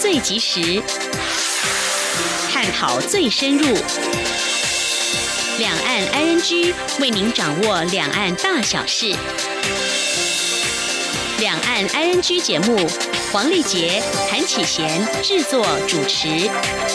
最及时，探讨最深入。两岸 ING 为您掌握两岸大小事。两岸 ING 节目，黄丽杰、谭启贤制作主持。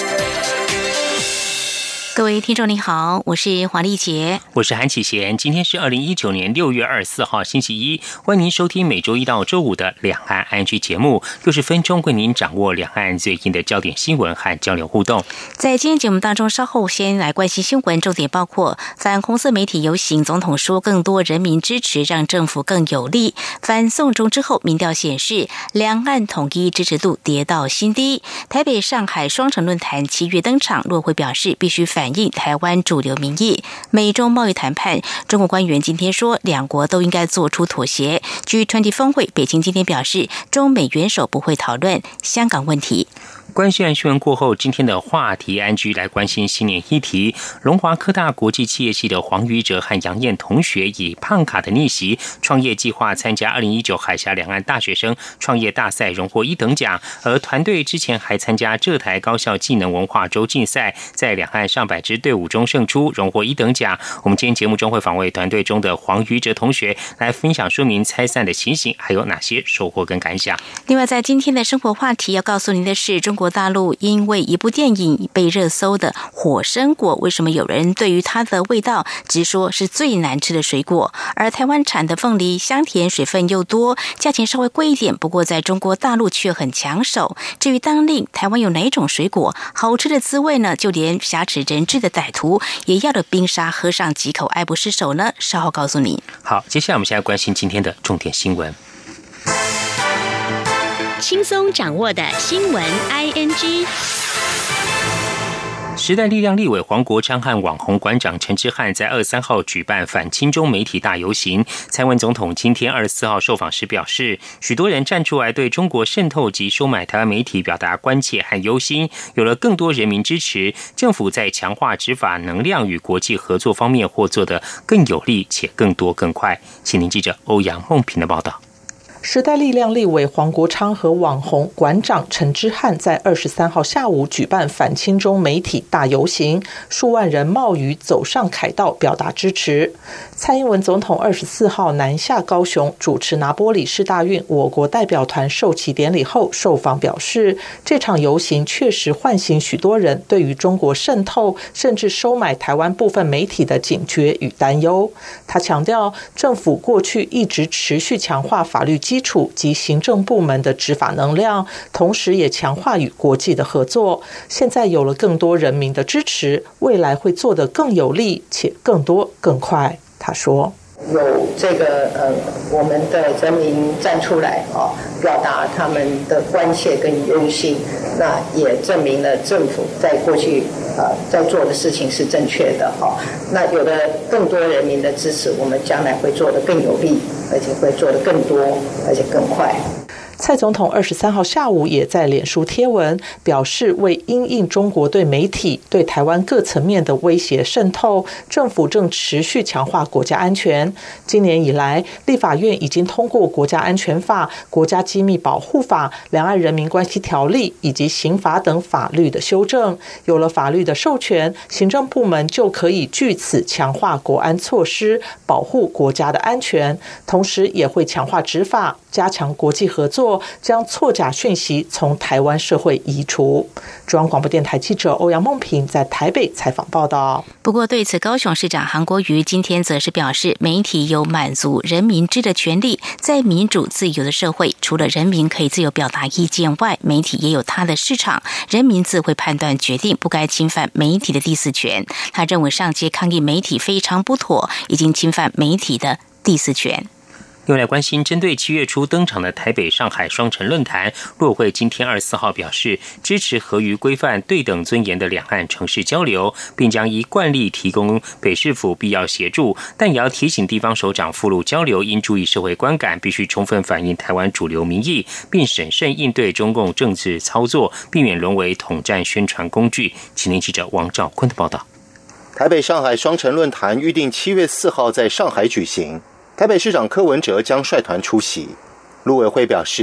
各位听众您好，我是黄丽杰， 我是韩启贤。今天是2019年6月24号星期一，欢迎您收听每周一到周五的两岸 ING 节目，60分钟为您掌握两岸最近的焦点新闻和交流互动。 在今天节目当中，稍后先来关心新闻，重点包括反红色媒体游行，总统说更多人民支持让政府更有力。反送中之后，民调显示两岸统一支持度跌到新低。台北、上海双城论坛7月登场，陆委会表示必须反映台湾主流民意。美中贸易谈判，中国官员今天说两国都应该做出妥协。G20 峰会，北京今天表示中美元首不会讨论香港问题。 关系案新闻过后，今天的话题ING来关心新年议题。龙华科大国际企业系的黄瑜哲和杨燕同学以胖卡的逆袭创业计划参加2019海峡两岸大学生创业大赛，荣获1等奖。而团队之前还参加浙台高校技能文化周竞赛，在两岸上百支队伍中胜出，荣获1等奖。我们今天节目中会访问团队中的黄瑜哲同学，来分享说明拆散的情形，还有哪些收获跟感想。 另外，在今天的生活话题要告诉您的是，中国大陆因为一部电影被热搜的火生果，为什么有人对于它的味道直说是最难吃的水果？而台湾产的凤梨香甜，水分又多，价钱稍微贵一点，不过在中国大陆却很抢手。至于当令台湾有哪种水果好吃的滋味呢？就连挟持人质的歹徒也要了冰沙喝上几口，爱不释手呢？稍后告诉你。 好，接下来我们现在关心今天的重点新闻。 轻松掌握的新闻 ING。 时代力量立委黄国昌和网红馆长陈之汉在23号举办反亲中媒体大游行。蔡文总统今天24号受访时表示，许多人站出来对中国渗透及收买台湾媒体表达关切和忧心，有了更多人民支持，政府在强化执法能量与国际合作方面或做得更有力且更多更快。请您记者欧阳梦平的报道。 时代力量立委黄国昌和网红馆长陈之汉在23号下午举办反亲中媒体大游行，数万人冒雨走上凯道表达支持。蔡英文总统24号南下高雄主持拿波里世大运我国代表团授旗典礼后受访表示，这场游行确实唤醒许多人对于中国渗透甚至收买台湾部分媒体的警觉与担忧。他强调，政府过去一直持续强化法律基础及行政部门的执法能量，同时也强化与国际的合作。现在有了更多人民的支持，未来会做得更有力且更多更快。他说， 有这个我们的人民站出来表达他们的关切跟忧心，那也证明了政府在过去在做的事情是正确的那有了更多人民的支持，我们将来会做得更有力，而且会做得更多，而且更快。 蔡总统23号下午也在脸书贴文表示，为因应中国对媒体、对台湾各层面的威胁渗透，政府正持续强化国家安全。今年以来，立法院已经通过国家安全法、国家机密保护法、两岸人民关系条例以及刑法等法律的修正。有了法律的授权，行政部门就可以据此强化国安措施，保护国家的安全，同时也会强化执法，加强国际合作，将错假讯息从台湾社会移除。中央广播电台记者欧阳梦平在台北采访报道。 不过对此，高雄市长韩国瑜今天则是表示，媒体有满足人民知的权利。在民主自由的社会，除了人民可以自由表达意见外，媒体也有它的市场，人民自会判断决定，不该侵犯媒体的第四权。他认为上街抗议媒体非常不妥，已经侵犯媒体的第四权。 又来关心针对7月初登场的台北上海双城论坛，陆委会今天24号表示，支持合于规范对等尊严的两岸城市交流，并将依惯例提供北市府必要协助，但也要提醒地方首长赴陆交流应注意社会观感，必须充分反映台湾主流民意，并审慎应对中共政治操作，避免沦为统战宣传工具。请您记者王兆坤的报道。 台北上海双城论坛预定7月4号在上海举行，台北市长柯文哲将率团出席。陆委会表示，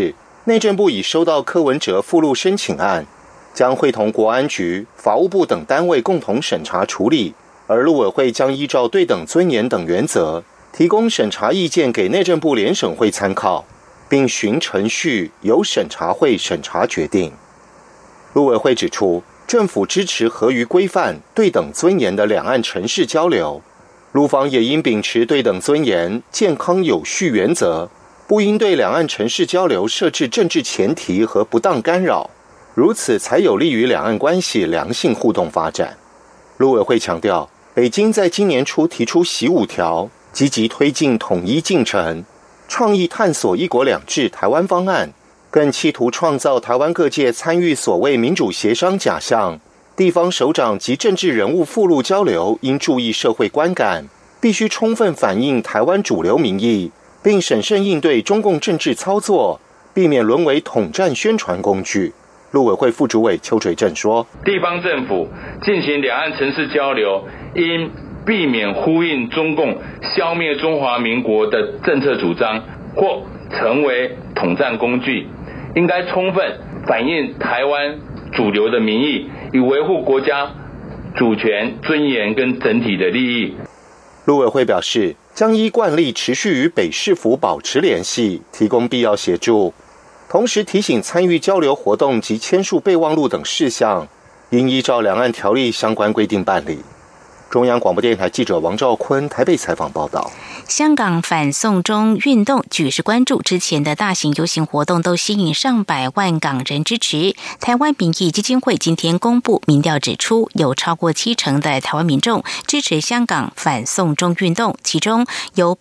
内政部已收到柯文哲附录申请案，将会同国安局、法务部等单位共同审查处理，而陆委会将依照对等尊严等原则，提供审查意见给内政部联审会参考，并循程序由审查会审查决定。陆委会指出，政府支持合于规范、对等尊严的两岸城市交流，陆方也应秉持对等尊严、健康有序原则，不应对两岸城市交流设置政治前提和不当干扰，如此才有利于两岸关系良性互动发展。陆委会强调，北京在今年初提出习5条，积极推进统一进程，倡议探索一国两制台湾方案，更企图创造台湾各界参与所谓民主协商假象。地方首长及政治人物附录交流应注意社会观感，必须充分反映台湾主流民意，并审慎应对中共政治操作，避免沦为统战宣传工具。陆委会副主委邱垂正说， 地方政府进行两岸城市交流，应避免呼应中共消灭中华民国的政策主张，或成为统战工具，应该充分反映台湾主流的民意，以维护国家主权、尊严跟整体的利益。 陆委会表示，将依惯例持续与北市府保持联系，提供必要协助，同时提醒参与交流活动及签署备忘录等事项，应依照两岸条例相关规定办理。中央广播电台记者王兆坤台北采访报道。 香港反送中运动举世关注，之前的大型游行活动都吸引上百万港人支持。台湾民意基金会今天公布民调指出，有超过70%的台湾民众支持香港反送中运动，其中有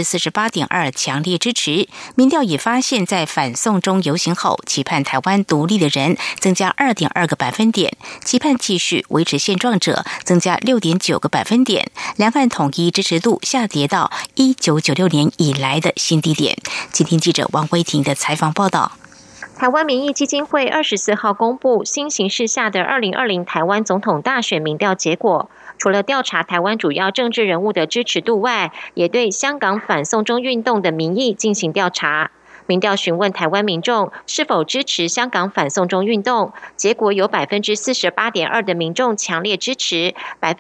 48.2% 强烈支持。民调也发现，在反送中游行后，期盼台湾独立的人增加 2.2 个百分点，期盼继续维持现状者增加 6.9 个百分点，两岸统一支持度下跌到1996年以来的新低点。今天记者王威婷的采访报道。 台湾民意基金会24号公布新形势下的2020台湾总统大选民调结果，除了调查台湾主要政治人物的支持度外，也对香港反送中运动的民意进行调查。民调询问台湾民众是否支持香港反送中运动，结果有 48.2% 的民众强烈支持，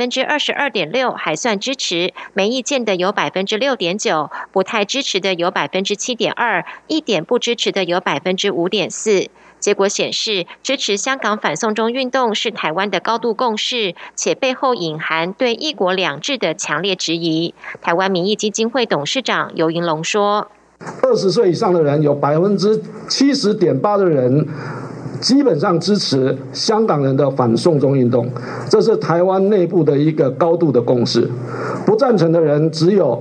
22.6% 还算支持，没意见的有 6.9%， 不太支持的有 7.2%， 一点不支持的有 5.4%。结果显示，支持香港反送中运动是台湾的高度共识，且背后隐含对一国两制的强烈质疑。台湾民意基金会董事长游盈隆说 ，20岁以上的人有 70.8% 的人基本上支持香港人的反送中运动，这是台湾内部的一个高度的共识。不赞成的人只有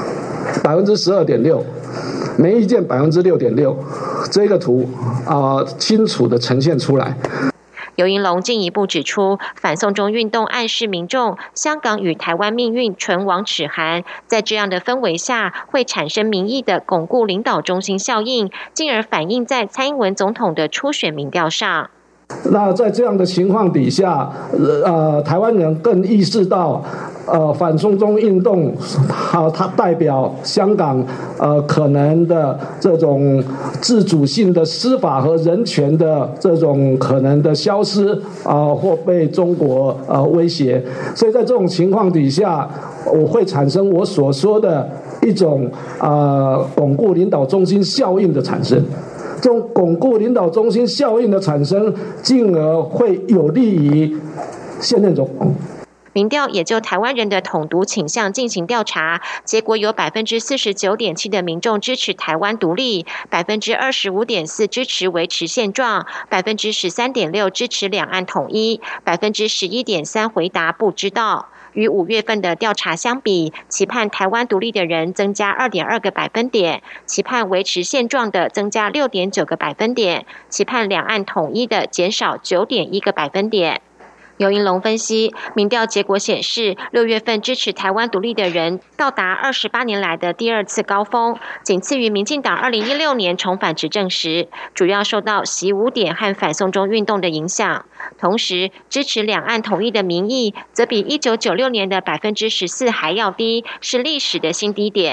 12.6%， 没意见 6.6%， 这个图清楚的呈现出来。 游盈隆进一步指出，反送中运动暗示民众香港与台湾命运唇亡齿寒，在这样的氛围下会产生民意的巩固领导中心效应，进而反映在蔡英文总统的初选民调上。 那在这样的情况底下，台湾人更意识到，反送中运动，它代表香港可能的这种自主性的司法和人权的这种可能的消失或被中国威胁，所以在这种情况底下，我会产生我所说的一种巩固领导中心效应的产生。这种巩固领导中心效应的产生，进而会有利于现任总统。 民调也就台湾人的统独倾向进行调查，结果有 49.7% 的民众支持台湾独立， 25.4% 支持维持现状， 13.6% 支持两岸统一， 11.3% 回答不知道。与5月份的调查相比，期盼台湾独立的人增加 2.2 个百分点，期盼维持现状的增加 6.9 个百分点，期盼两岸统一的减少 9.1 个百分点。游盈隆分析，民调结果显示，6月份支持台湾独立的人到达28年来的第2次高峰，仅次于民进党2016年重返执政时，主要受到习5点和反送中运动的影响。同时，支持两岸统一的民意则比1996年的 14% 还要低，是历史的新低点。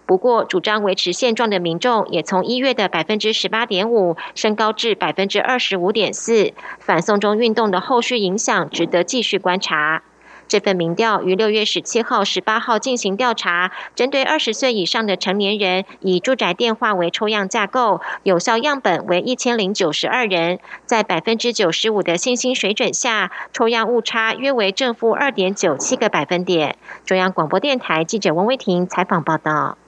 不过，主张维持现状的民众也从1月的 18.5% 升高至 25.4%。反送中运动的后续影响值得继续观察。这份民调于6月17号、18号进行调查，针对20岁以上的成年人，以住宅电话为抽样架构，有效样本为1092人，在 95% 的信心水准下，抽样误差约为正负 2.97 个百分点。中央广播电台记者王威婷采访报道。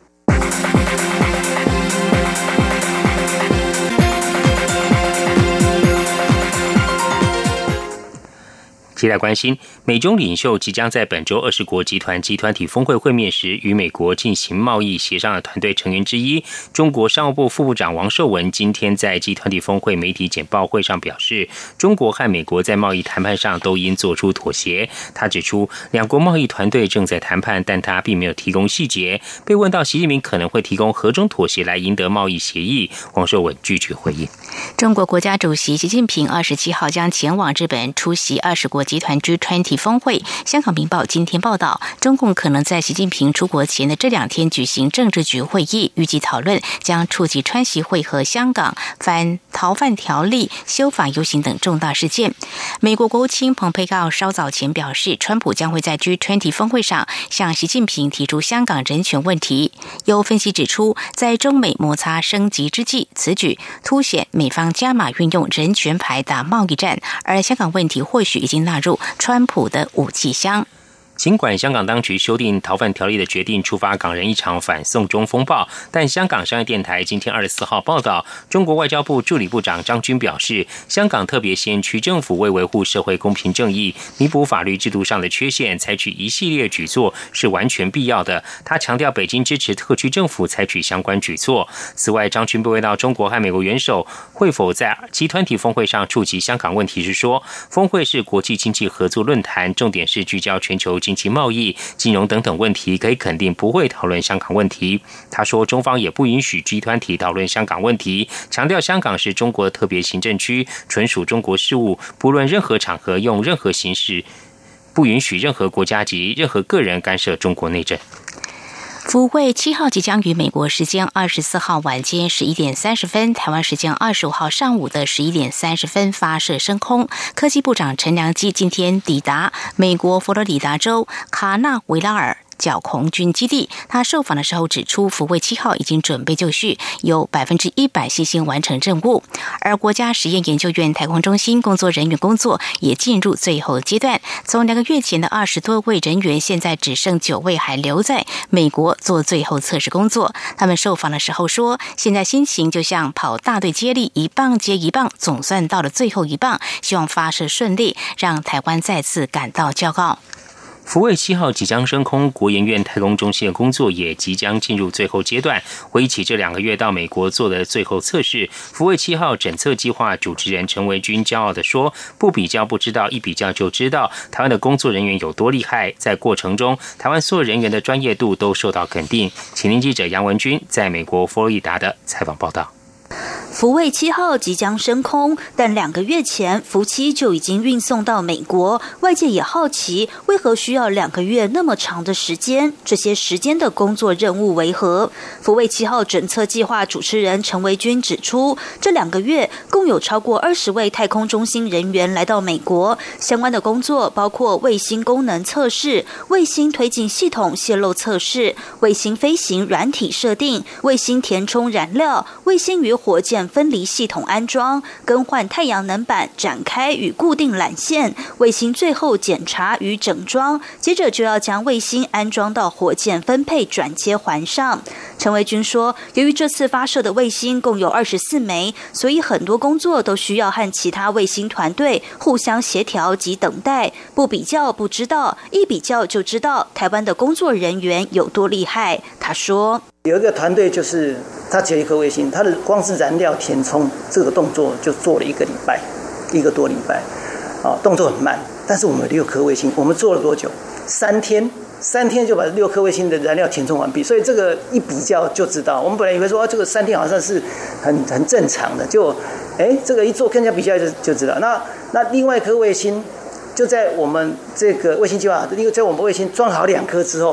接待关心，美中领袖即将在本周20国集团集团体峰会会面时，与美国进行贸易协商的团队成员之一，中国商务部副部长王受文今天在集团体峰会媒体简报会上表示，中国和美国在贸易谈判上都应做出妥协。他指出，两国贸易团队正在谈判，但他并没有提供细节。被问到习近平可能会提供何种妥协来赢得贸易协议，王受文拒绝回应。 中国国家主席习近平27号将前往日本出席20国集团 G20 峰会。香港明报今天报道，中共可能在习近平出国前的这2天举行政治局会议，预计讨论将触及川习会和香港反逃犯条例修法游行等重大事件。美国国务卿蓬佩奥稍早前表示，川普将会在 G20 峰会上向习近平提出香港人权问题。有分析指出，在中美摩擦升级之际，此举凸显美方加码运用人权牌打贸易战，而香港问题或许已经纳入川普的武器箱。 尽管香港当局修订逃犯条例的决定触发港人一场反送中风暴，但香港商业电台今天24号报道，中国外交部助理部长张军表示，香港特别行区政府为维护社会公平正义，弥补法律制度上的缺陷，采取一系列举措是完全必要的。他强调，北京支持特区政府采取相关举措。此外，张军被问到中国和美国元首会否在集团体峰会上触及香港问题时说，峰会是国际经济合作论坛，重点是聚焦全球经济贸易、金融等等问题，可以肯定不会讨论香港问题。他说，中方也不允许集团体讨论香港问题，强调香港是中国特别行政区，纯属中国事务，不论任何场合用任何形式，不允许任何国家及任何个人干涉中国内政。 福卫7号即将于美国时间24号晚间11点30分，台湾时间25号上午的11点30分发射升空。科技部长陈良基今天抵达美国佛罗里达州卡纳维拉尔角空军基地。他受访的时候指出，福卫7号已经准备就绪，有100%信心完成任务。而国家实验研究院太空中心工作人员工作也进入最后阶段，从2个月前的20多位人员，现在只剩9位还留在美国做最后测试工作。他们受访的时候说，现在心情就像跑大队接力，一棒接一棒，总算到了最后一棒，希望发射顺利，让台湾再次感到骄傲。 福卫7号即将升空，国研院太空中心的工作也即将进入最后阶段。回忆起这2个月到美国做的最后测试，福卫7号诊测计划主持人陈维军骄傲地说：“不比较不知道，一比较就知道台湾的工作人员有多厉害。在过程中，台湾所有人员的专业度都受到肯定。”请听记者杨文君在美国佛罗里达的采访报道。 福卫7号即将升空，但2个月前福7就已经运送到美国。外界也好奇，为何需要2个月那么长的时间？这些时间的工作任务为何？福卫7号诊测计划主持人陈维军指出，这2个月共有超过20位太空中心人员来到美国，相关的工作包括卫星功能测试、卫星推进系统泄漏测试、卫星飞行软体设定、卫星填充燃料、卫星与火箭分离系统安装、更换太阳能板、展开与固定缆线、卫星最后检查与整装，接着就要将卫星安装到火箭分配转接环上。陈维军说，由于这次发射的卫星共有24枚，所以很多工作都需要和其他卫星团队互相协调及等待，不比较不知道，一比较就知道台湾的工作人员有多厉害。他说， 有一个团队就是他只有一颗卫星，他的光是燃料填充这个动作就做了1个多礼拜，动作很慢。但是我们有6颗卫星，我们做了多久？3天就把6颗卫星的燃料填充完毕。所以这个一比较就知道，我们本来以为说这个3天好像是很正常的，就这个一做跟人家比较就知道。那另外一颗卫星就在我们这个卫星计划，在我们卫星装好2颗之后，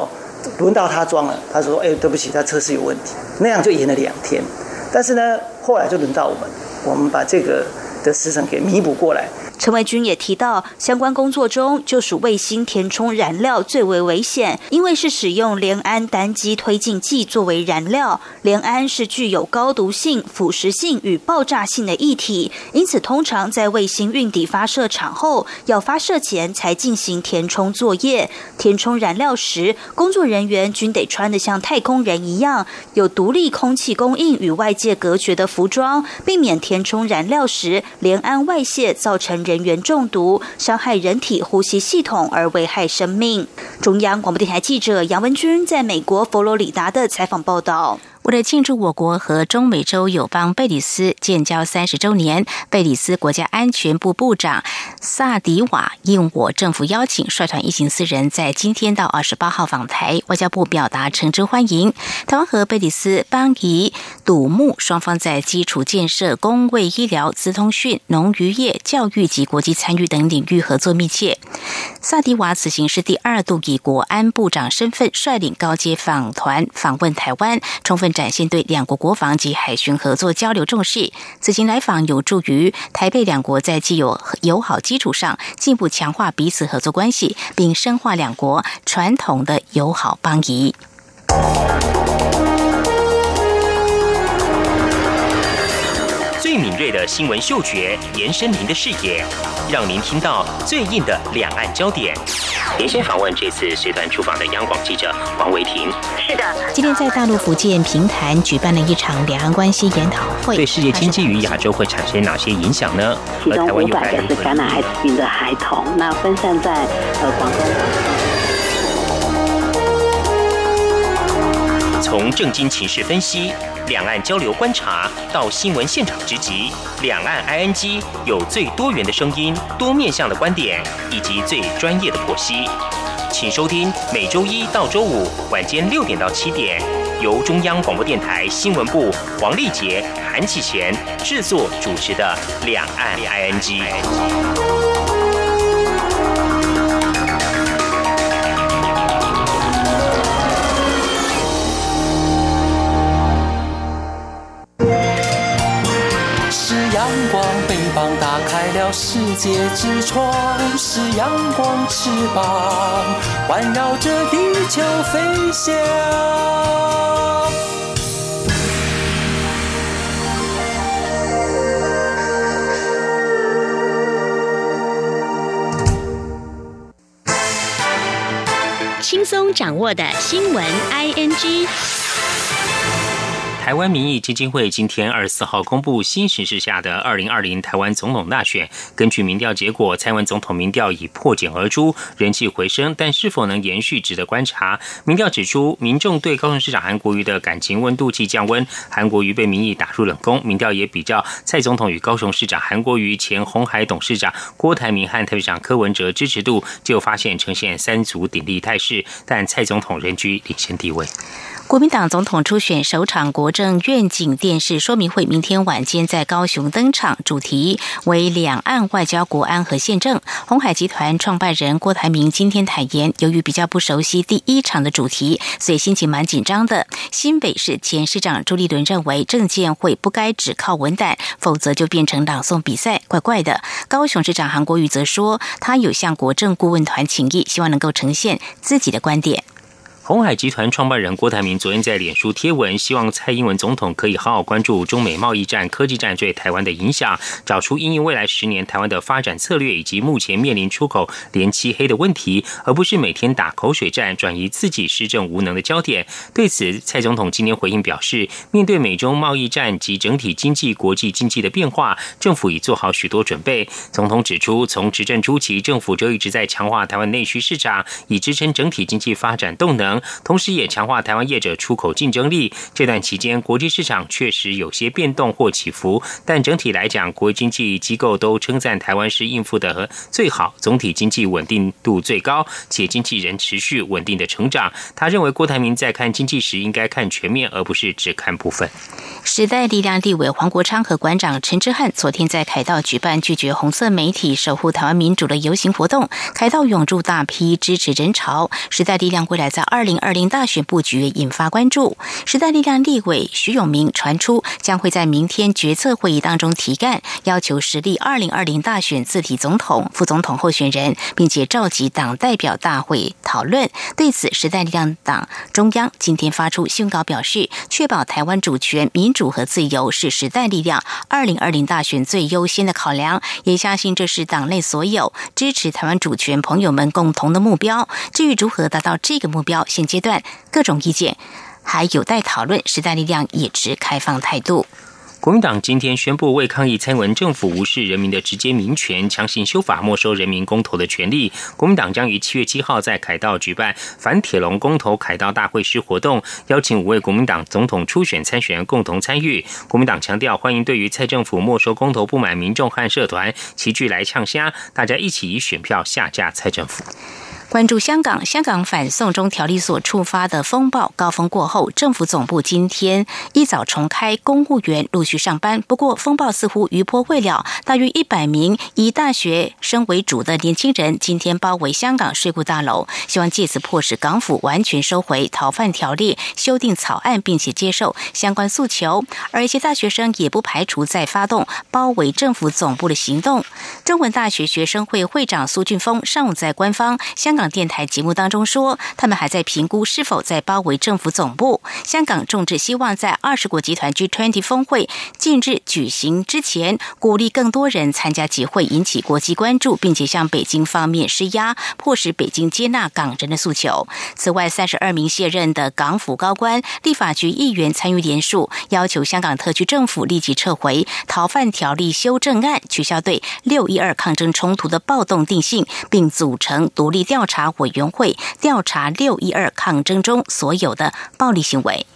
轮到他装了，他说：“对不起，他测试有问题。”那样就延了2天。但是呢，后来就轮到我们把这个的时程给弥补过来。 陈维军也提到，相关工作中就属卫星填充燃料最为危险，因为是使用联氨单基推进剂作为燃料，联氨是具有高毒性、腐蚀性与爆炸性的液体，因此通常在卫星运抵发射场后，要发射前才进行填充作业。填充燃料时，工作人员均得穿得像太空人一样，有独立空气供应与外界隔绝的服装，避免填充燃料时联氨外泄造成人员中毒，伤害人体呼吸系统而危害生命。中央广播电台记者杨文君在美国佛罗里达的采访报道。 为了庆祝我国和中美洲友邦贝里斯建交30周年，贝里斯国家安全部部长萨迪瓦应我政府邀请，率团一行4人在今天到28号访台，外交部表达诚挚欢迎。台湾和贝里斯邦谊笃睦，双方在基础建设、公卫医疗、资通讯、农渔业、教育及国际参与等领域合作密切。萨迪瓦此行是第2度以国安部长身份率领高阶访团访问台湾，充分展现对两国国防及海巡合作交流重视。此行来访有助于台贝两国在既有友好基础上进一步强化彼此合作关系，并深化两国传统的友好邦谊。 最敏锐的新闻嗅觉，延伸您的视野，让您听到最硬的两岸焦点。连线访问这次随团出访的央广记者王维婷。 是的，今天在大陆福建平潭举办了一场两岸关系研讨会， 对世界经济与亚洲会产生哪些影响呢？ 其中500个是感染艾滋病的孩童，那分散在广东。 从政经情势分析、两岸交流观察到新闻现场直击，两岸 ING 有最多元的声音、多面向的观点以及最专业的剖析。请收听每周1到周5晚间6点到7点，由中央广播电台新闻部黄丽杰、韩启贤制作主持的《两岸 ING》。 阳光，北方打开了世界之窗，是阳光翅膀环绕着地球飞翔。 轻松掌握的新闻 ING。 台湾民意基金会今天24号公布新形势下的2020台湾总统大选。根据民调结果，蔡英文总统民调已破茧而出，人气回升，但是否能延续值得观察。民调指出，民众对高雄市长韩国瑜的感情温度计降温，韩国瑜被民意打入冷宫。民调也比较蔡总统与高雄市长韩国瑜、前鸿海董事长郭台铭和台北市长柯文哲支持度，就发现呈现3足鼎立态势，但蔡总统仍居领先地位。 国民党总统初选首场国政愿景电视说明会明天晚间在高雄登场，主题为两岸外交、国安和宪政。鸿海集团创办人郭台铭今天坦言，由于比较不熟悉第一场的主题，所以心情蛮紧张的。新北市前市长朱立伦认为，政见会不该只靠文胆，否则就变成朗诵比赛，怪怪的。高雄市长韩国瑜则说，他有向国政顾问团请益，希望能够呈现自己的观点。 鸿海集团创办人郭台铭昨天在脸书贴文，希望蔡英文总统可以好好关注中美贸易战、科技战对台湾的影响，找出因应未来10年台湾的发展策略以及目前面临出口连漆黑的问题，而不是每天打口水战，转移自己施政无能的焦点。对此，蔡总统今天回应表示，面对美中贸易战及整体经济、国际经济的变化，政府已做好许多准备。总统指出，从执政初期，政府就一直在强化台湾内需市场，以支撑整体经济发展动能，同时也强化台湾业者出口竞争力。这段期间，国际市场确实有些变动或起伏，但整体来讲，国际经济机构都称赞台湾是应付的最好，总体经济稳定度最高，且经济仍持续稳定的成长。他认为郭台铭在看经济时应该看全面，而不是只看部分。 时代力量立委黄国昌和馆长陈之汉昨天在凯道举办拒绝红色媒体守护台湾民主的游行活动，凯道涌入大批支持人潮。时代力量未来在2020 2020大选布局引发关注。时代力量立委徐永明传出将会在明天决策会议当中提案，要求实力2020大选自体总统、副总统候选人，并且召集党代表大会讨论。对此，时代力量党中央今天发出新闻稿表示，确保台湾主权、民主和自由是时代力量2020大选最优先的考量，也相信这是党内所有支持台湾主权朋友们共同的目标。至于如何达到这个目标，现阶段各种意见还有待讨论，时代力量也持开放态度。 国民党今天宣布，为抗议蔡英文政府无视人民的直接民权，强行修法没收人民公投的权利，国民党将于7月7号在凯道举办反铁笼公投凯道大会师活动，邀请5位国民党总统初选参选人共同参与。国民党强调，欢迎对于蔡政府没收公投不满民众和社团齐聚来呛虾，大家一起以选票下架蔡政府。 关注香港反送中条例所触发的风暴高峰过后，政府总部今天一早重开，公务员陆续上班。不过风暴似乎余波未了，大约100名以大学生为主的年轻人今天包围香港税务大楼，希望借此迫使港府完全收回逃犯条例修订草案，并且接受相关诉求。而一些大学生也不排除再发动包围政府总部的行动。中文大学学生会会长苏俊峰上午在官方香港电台节目当中说，他们还在评估是否再包围政府总部。香港众志希望在20国集团 G20 峰会近日举行之前，鼓励更多人参加集会，引起国际关注，并且向北京方面施压，迫使北京接纳港人的诉求。此外，32名卸任的港府高官、立法局议员参与联署，要求香港特区政府立即撤回逃犯条例修正案，取消对612抗争冲突的暴动定性，并组成独立调查委员会调查612抗争中所有的暴力行为。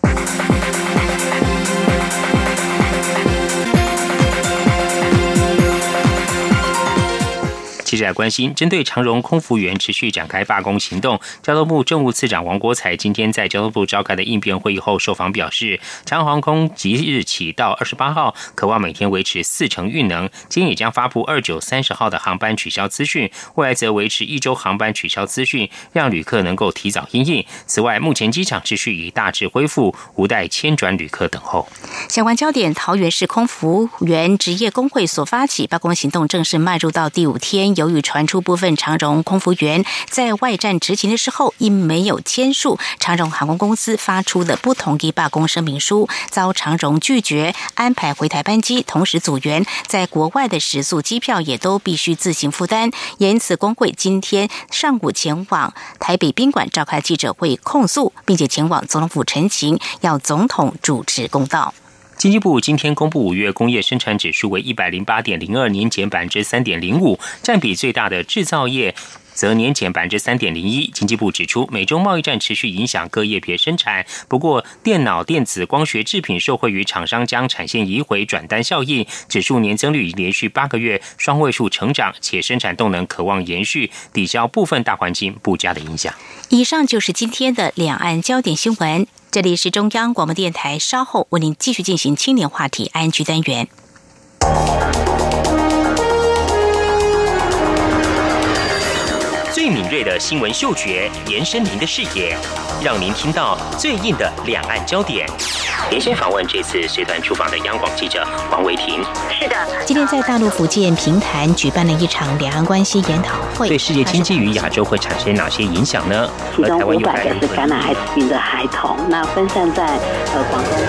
接着来关心，针对长荣空服员持续展开罢工行动，交通部政务次长王国材今天在交通部召开的应变会议后受访表示，长荣航空即日起到28号可望每天维持40%运能，今天也将发布29、30号的航班取消资讯，未来则维持1周航班取消资讯，让旅客能够提早因应。此外，目前机场秩序已大致恢复，无待迁转旅客等候。 相关焦点，桃园市空服员职业工会所发起罢工行动正式迈入到第5天。由于传出部分长荣空服员在外站执勤的时候，因没有签署长荣航空公司发出的不同意罢工声明书，遭长荣拒绝安排回台班机，同时组员在国外的食宿机票也都必须自行负担。因此，工会今天上午前往台北宾馆召开记者会控诉，并且前往总统府陈情，要总统主持公道。 经济部今天公布5月工业生产指数为 108.02， 年减 3.05%， 占比最大的制造业则年减 3.01%。 经济部指出，美中贸易战持续影响各业别生产，不过电脑、电子、光学制品受惠于厂商将产线移回转单效应，指数年增率已连续8个月双位数成长，且生产动能可望延续，抵消部分大环境不佳的影响。 以上就是今天的两岸焦点新闻，这里是中央广播电台，稍后为您继续进行青年话题ING单元。 最敏锐的新闻嗅觉，延伸您的视野，让您听到最硬的两岸焦点。连线访问这次随团出访的央广记者王维婷。 是的，今天在大陆福建平潭举办了一场两岸关系研讨会， 对世界经济与亚洲会产生哪些影响呢？ 其中500个是感染艾滋病的孩童，那分散在广东。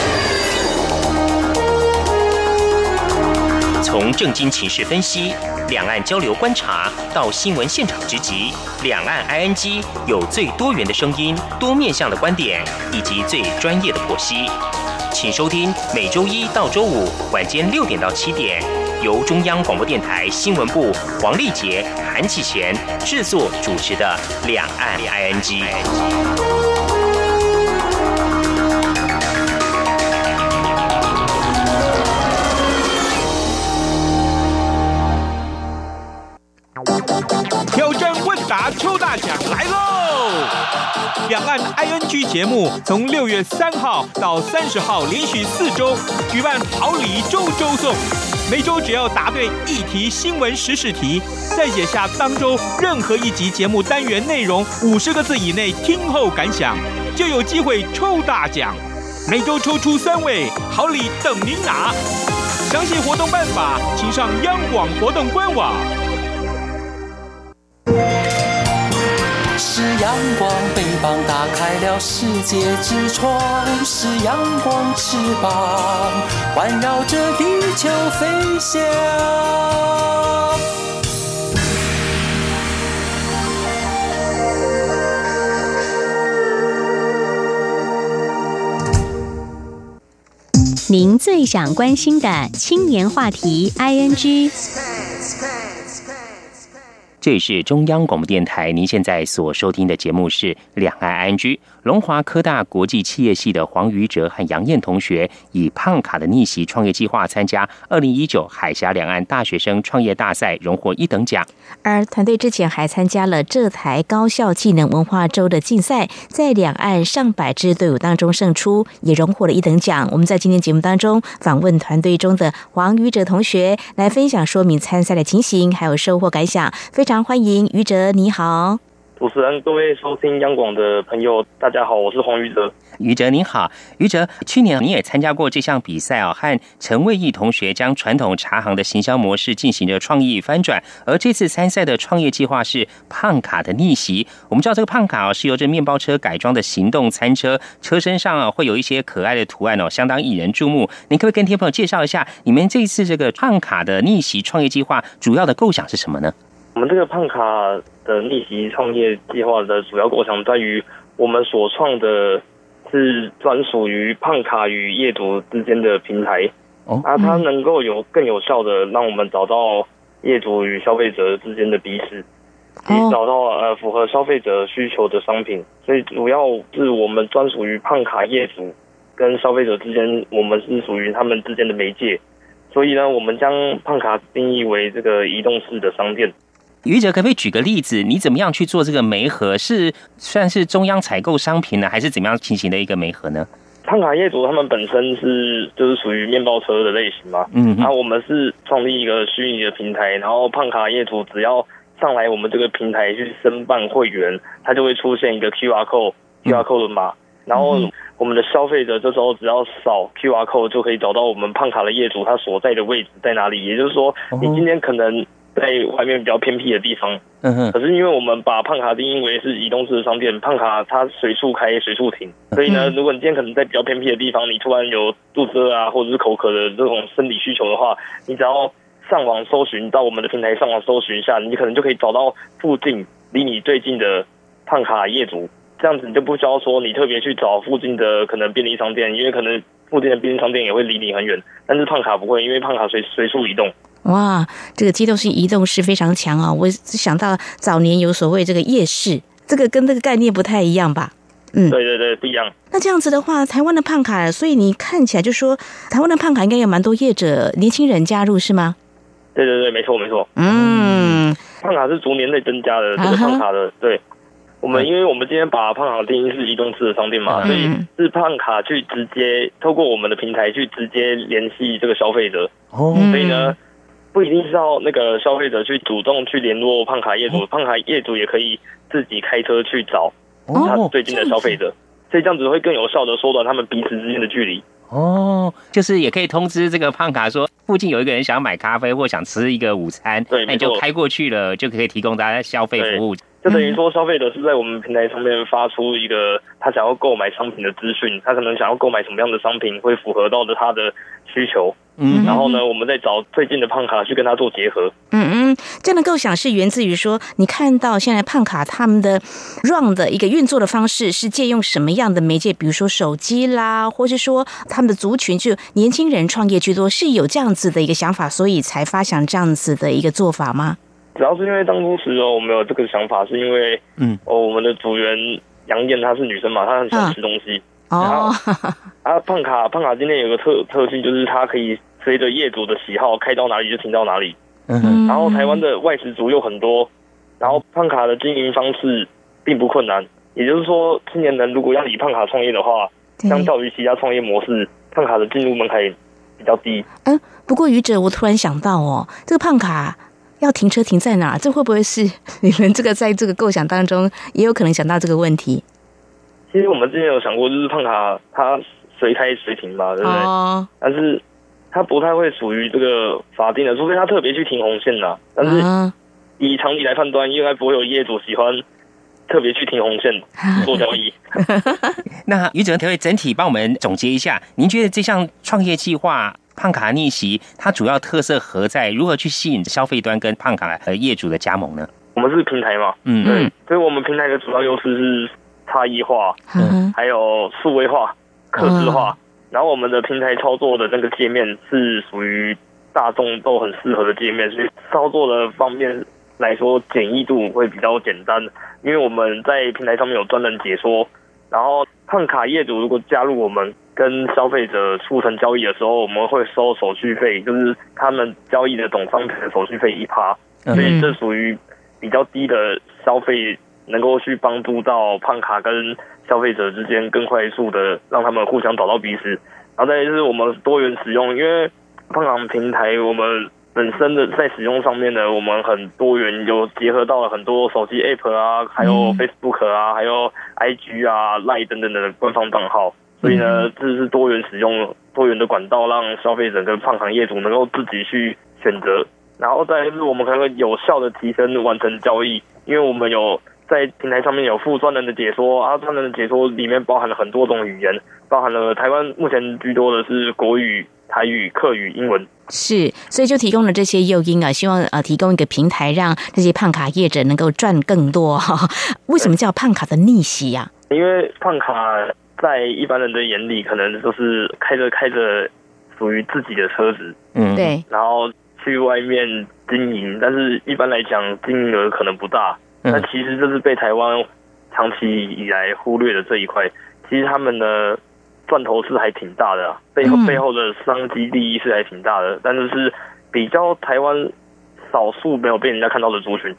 从政经情势分析、两岸交流观察到新闻现场直击，两岸 ING 有最多元的声音、多面向的观点以及最专业的剖析。请收听每周1到周5晚间6点到7点，由中央广播电台新闻部黄丽杰、韩启贤制作主持的《两岸 ING》。 挑战问答抽大奖来喽！ 两岸 ING 节目从6月3号到30号连续4周举办好礼周送，每周只要答对1题新闻时事题，再写下当周任何一集节目单元内容50个字以内听后感想，就有机会抽大奖。每周抽出3位，好礼等您拿。详细活动办法，请上央广活动官网。 是阳光，翅膀打开了世界之窗；是阳光翅膀，环绕着地球飞翔。 您最想关心的青年话题 ING。 这里是中央广播电台，您现在所收听的节目是两岸 ING。龙华科大国际企业系的黄瑜哲和杨燕同学以胖卡的逆袭创业计划参加2019海峡两岸大学生创业大赛，荣获1等奖。 而团队之前还参加了这台高校技能文化周的竞赛，在两岸上百支队伍当中胜出，也荣获了1等奖。我们在今天节目当中访问团队中的黄瑜哲同学，来分享说明参赛的情形还有收获感想。非常欢迎瑜哲，你好。 主持人，各位收听央广的朋友，大家好，我是黄瑜哲。 瑜哲您好，瑜哲，去年你也参加过这项比赛哦，和陈卫义同学将传统茶行的行销模式进行了创意翻转，而这次参赛的创业计划是胖卡的逆袭。我们知道这个胖卡是由这面包车改装的行动餐车，车身上会有一些可爱的图案哦，相当引人注目。您可不可以跟听众朋友介绍一下，你们这一次这个胖卡的逆袭创业计划主要的构想是什么呢？ 我们这个胖卡的逆袭创业计划的主要构想在于，我们所创的是专属于胖卡与业主之间的平台，它能够更有效的让我们找到业主与消费者之间的彼此，找到符合消费者需求的商品。所以主要是我们专属于胖卡业主跟消费者之间，我们是属于他们之间的媒介。所以呢，我们将胖卡定义为这个移动式的商店。 瑜哲，可不可以举个例子？你怎么样去做这个媒合？是算是中央采购商品呢，还是怎么样情形的一个媒合呢？ 胖卡业主他们本身就是属于面包车的类型嘛，我们是创立一个虚拟的平台，然后胖卡业主只要上来我们这个平台去申办会员，它就会出现一个 QR code 的码，然后我们的消费者这时候只要扫 QR code 就可以找到我们胖卡的业主他所在的位置在哪里。也就是说，你今天可能在外面比较偏僻的地方，可是因为我们把胖卡定义为是移动式的商店，胖卡它随处开随处停，所以呢，如果你今天可能在比较偏僻的地方，你突然有肚子饿啊，或者是口渴的这种生理需求的话，你只要上网搜寻，到我们的平台上网搜寻一下，你可能就可以找到附近离你最近的胖卡业主。这样子你就不需要说你特别去找附近的可能便利商店，因为可能附近的便利商店也会离你很远，但是胖卡不会，因为胖卡随处移动。 哇，这个机动性移动是非常强啊！我想到早年有所谓这个夜市，这个跟这个概念不太一样吧？ 对，不一样。 那这样子的话，台湾的胖卡，所以你看起来就说台湾的胖卡应该有蛮多业者年轻人加入是吗？ 对，没错。胖卡是逐年在增加的，这个胖卡的对。因为我们今天把胖卡定义是移动式的商店嘛，所以是胖卡去直接透过我们的平台去直接联系这个消费者。所以呢，不一定是要那个消费者去主动去联络胖卡业主，胖卡业主也可以自己开车去找他最近的消费者，所以这样子会更有效的缩短他们彼此之间的距离。 就是也可以通知这个胖卡说，附近有一个人想要买咖啡或想吃一个午餐， 对， 那你就开过去了，就可以提供大家消费服务。 就等于说，消费者是在我们平台上面发出一个他想要购买商品的资讯，他可能想要购买什么样的商品会符合到的他的需求，然后呢，我们再找最近的胖卡去跟他做结合。 这样的构想是源自于说，你看到现在胖卡他们的 run 的一个运作的方式是借用什么样的媒介，比如说手机啦，或是说他们的族群就年轻人创业居多，是有这样子的一个想法，所以才发想这样子的一个做法吗？ 主要是因为当初时我们有这个想法，是因为我们的组员杨燕她是女生嘛，她很喜欢吃东西。胖卡今天有个特性，就是它可以随着业主的喜好开到哪里就停到哪里。然后台湾的外食族又很多，然后胖卡的经营方式并不困难， 也就是说，青年人如果要以胖卡创业的话，相较于其他创业模式，胖卡的进入门槛比较低。 不过于哲，我突然想到哦，这个胖卡要停车停在哪？这会不会是你们这个在这个构想当中也有可能想到这个问题？ 其实我们之前有想过，就是胖卡它随开随停嘛，对不对？但是它不太会属于这个法定的，除非它特别去停红线啦。但是以常理来判断，应该不会有业主喜欢特别去停红线做交易。 那于哲可不可以整体帮我们总结一下？您觉得这项创业计划胖卡逆袭，它主要特色何在？如何去吸引消费端跟胖卡业主的加盟呢？ 我们是平台嘛，对，所以我们平台的主要优势是差异化，还有数位化、客制化。然后我们的平台操作的那个界面是属于大众都很适合的界面，所以操作的方面来说简易度会比较简单。因为我们在平台上面有专人解说，然后胖卡业主如果加入我们跟消费者促成交易的时候，我们会收手续费，就是他们交易的总商品的手续费1%，所以这属于比较低的消费，能够去帮助到胖卡跟消费者之间更快速的让他们互相找到彼此。然后再来就是我们多元使用，因为胖卡平台我们本身的在使用上面呢，我们很多元，有结合到了很多手机 App 啊，还有 Facebook 啊，还有 IG 啊、Line 等等的官方账号。所以呢，这是多元使用、多元的管道，让消费者跟胖卡业主能够自己去选择。然后再来就是我们可能有效的提升完成交易，因为我们有在平台上面有附专人的解说啊，专人的解说里面包含了很多种语言，包含了台湾目前居多的是国语、台语、客语、英文。 是，所以就提供了这些诱因啊，希望提供一个平台，让这些胖卡业者能够赚更多。为什么叫胖卡的逆袭呀？ 因为胖卡在一般人的眼里，可能就是开着属于自己的车子， 对， 然后去外面经营，但是一般来讲金额可能不大。那其实这是被台湾长期以来忽略的这一块，其实他们的赚头是还挺大的啊，背后的商机利益是还挺大的，但是是比较台湾少数没有被人家看到的族群。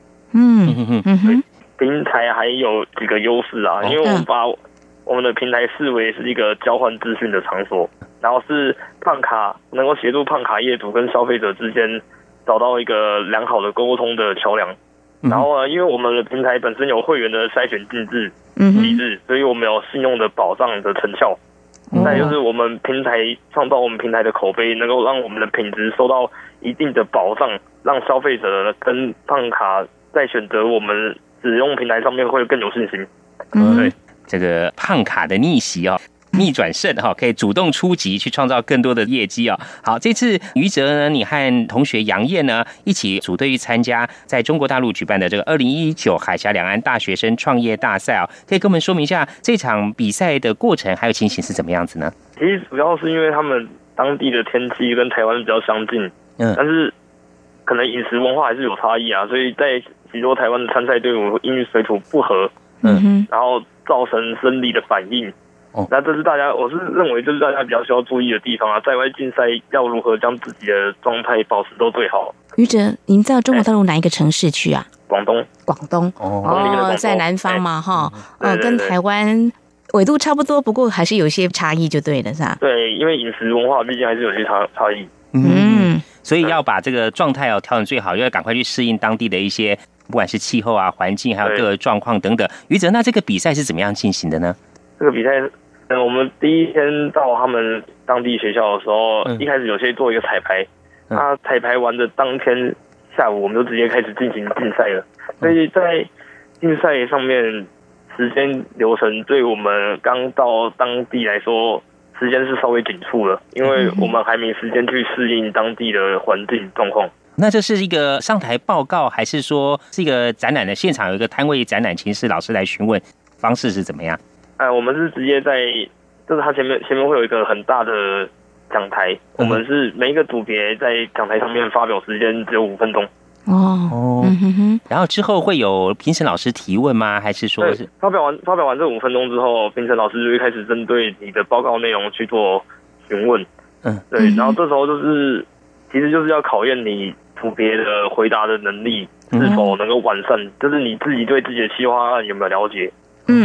平台还有几个优势啊，因为我们把我们的平台视为是一个交换资讯的场所，然后是胖卡能够协助胖卡业主跟消费者之间找到一个良好的沟通的桥梁。然后呢，因为我们的平台本身有会员的筛选机制，所以我们有信用的保障的成效。再就是我们平台创造我们平台的口碑，能够让我们的品质受到一定的保障，让消费者跟胖卡在选择我们使用平台上面会更有信心。 对，这个胖卡的逆袭哦。逆转胜哈，可以主动出击去创造更多的业绩哦。好，这次于哲呢，你和同学杨燕呢一起组队去参加在中国大陆举办的这个2019海峡两岸大学生创业大赛哦，可以跟我们说明一下这场比赛的过程还有情形是怎么样子呢？ 其实主要是因为他们当地的天气跟台湾比较相近，但是可能饮食文化还是有差异啊，所以在许多台湾的参赛队伍因为水土不合，然后造成生理的反应。那这是我是认为这是大家比较需要注意的地方啊，在外竞赛要如何将自己的状态保持到最好。 于哲，您在中国大陆哪一个城市去啊？ 广东在南方嘛，哈，跟台湾纬度差不多，不过还是有些差异，就对了，是吧？ 对，因为饮食文化毕竟还是有些差异。 所以要把这个状态调整最好，要赶快去适应当地的一些，不管是气候啊、环境，还有各个状况等等。于哲，那这个比赛是怎么样进行的呢？ 这个比赛。我们第一天到他们当地学校的时候，一开始有些做一个彩排，彩排完的当天下午，我们就直接开始进行竞赛了。所以在竞赛上面，时间流程对我们刚到当地来说，时间是稍微紧促了，因为我们还没时间去适应当地的环境状况。 那这是一个上台报告，还是说是一个展览的现场有一个摊位展览，请示老师来询问方式是怎么样？ 我们是直接就是它前面会有一个很大的讲台，我们是每一个组别在讲台上面发表时间只有5分钟。 然后之后会有评审老师提问吗？还是说是发表完这5分钟之后，评审老师就会开始针对你的报告内容去做询问。对，然后这时候其实就是要考验你组别的回答的能力是否能够完善，就是你自己对自己的企划案有没有了解。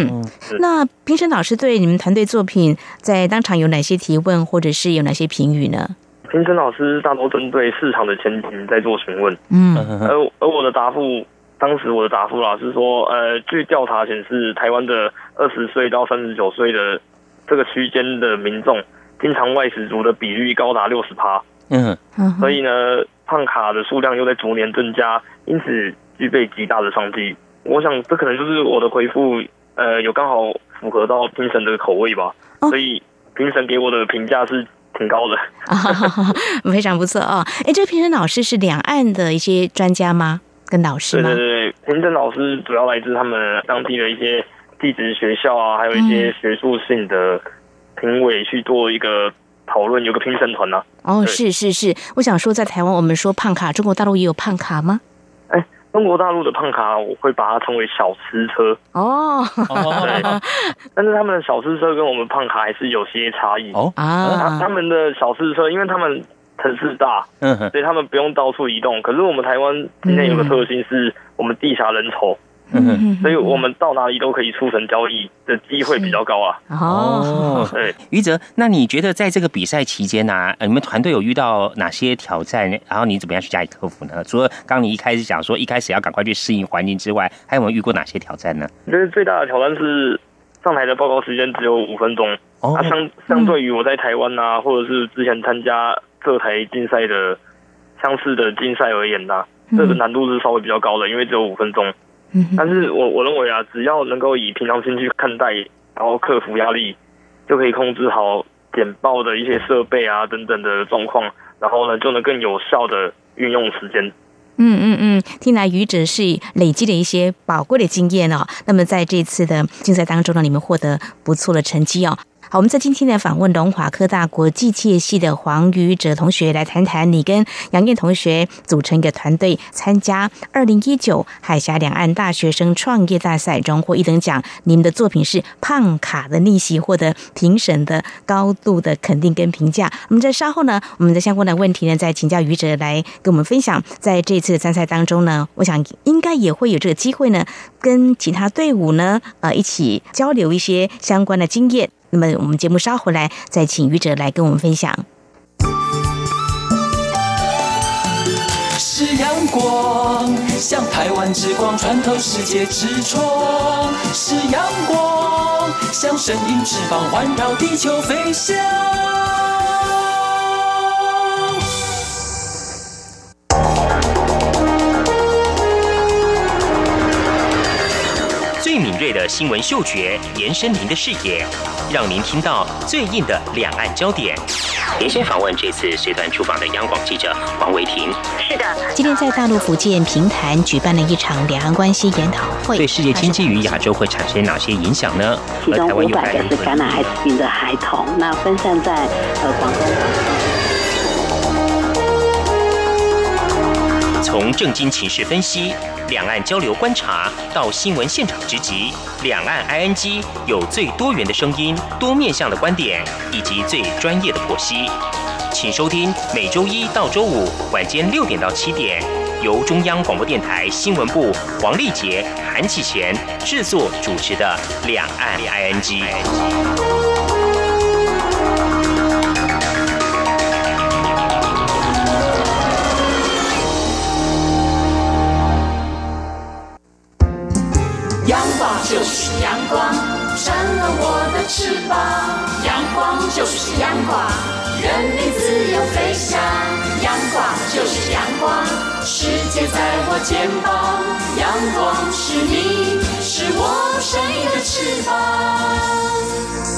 那评审老师对你们团队作品在当场有哪些提问，或者是有哪些评语呢？ 评审老师大多针对市场的前景在做询问，而我的答复，当时我的答复啦是说，据调查显示，台湾的20岁到39岁的这个区间的民众，经常外食族的比率高达60%，所以呢，胖卡的数量又在逐年增加，因此具备极大的商机。我想这可能就是我的回复，有刚好符合到评审的口味吧，所以评审给我的评价是挺高的， 非常不错哦。这个评审老师是两岸的一些专家吗？跟老师吗？ 对，评审老师主要来自他们当地的一些地质学校啊，还有一些学术性的评委去做一个讨论，有个评审团啊。 是，我想说，在台湾我们说胖卡，中国大陆也有胖卡吗？ 中国大陆的胖卡，我会把它称为小吃车。对，但是他们的小吃车跟我们胖卡还是有些差异。他们的小吃车，因为他们城市大，所以他们不用到处移动。可是我们台湾今天有个特性是，我们地狭人稠。所以我们到哪里都可以促成交易的机会比较高啊。 对，于哲，那你觉得在这个比赛期间啊，你们团队有遇到哪些挑战？然后你怎么样去加以克服呢？除了刚你一开始讲说一开始要赶快去适应环境之外，还有没有遇过哪些挑战呢？ 我觉得最大的挑战是上台的报告时间只有5分钟。相对于我在台湾啊，或者是之前参加各台竞赛的相似的竞赛而言啊，这个难度是稍微比较高的，因为只有5分钟。但是我认为啊，只要能够以平常心去看待，然后克服压力，就可以控制好简报的一些设备啊等等的状况，然后呢就能更有效的运用时间。 听来于哲是累积了一些宝贵的经验哦。那么在这次的竞赛当中呢，你们获得不错的成绩哦。好，我们在今天呢访问龙华科大国际企业系的黄于哲同学来谈谈你跟杨燕同学组成一个团队参加2019海峡两岸大学生创业大赛荣获1等奖，你们的作品是胖卡的逆袭，获得评审的高度的肯定跟评价。我们在稍后呢，我们的相关的问题呢再请教于哲来跟我们分享。在这次的参赛当中呢，我想应该也会有这个机会呢跟其他队伍呢一起交流一些相关的经验。那么我们节目稍回来再请于哲来跟我们分享。 是阳光，像台湾之光穿透世界之窗；是阳光，像神鹰翅膀环绕地球飞翔。 最敏锐的新闻嗅觉，延伸您的视野，让您听到最硬的两岸焦点。连线访问这次随团出访的央广记者黄维婷。 是的，今天在大陆福建平潭举办了一场两岸关系研讨会， 对世界经济与亚洲会产生哪些影响呢？ 其中500个是感染艾滋病的孩童，那分散在广东。 从政经情势分析、两岸交流观察到新闻现场直击，两岸 ING 有最多元的声音、多面向的观点以及最专业的剖析。请收听每周1到周5晚间6点到7点，由中央广播电台新闻部黄丽杰、韩启贤制作主持的《两岸 ING》。 阳光就是阳光，扇了我的翅膀。阳光就是阳光，任你自由飞翔。阳光就是阳光，世界在我肩膀。阳光是你，是我生命的翅膀。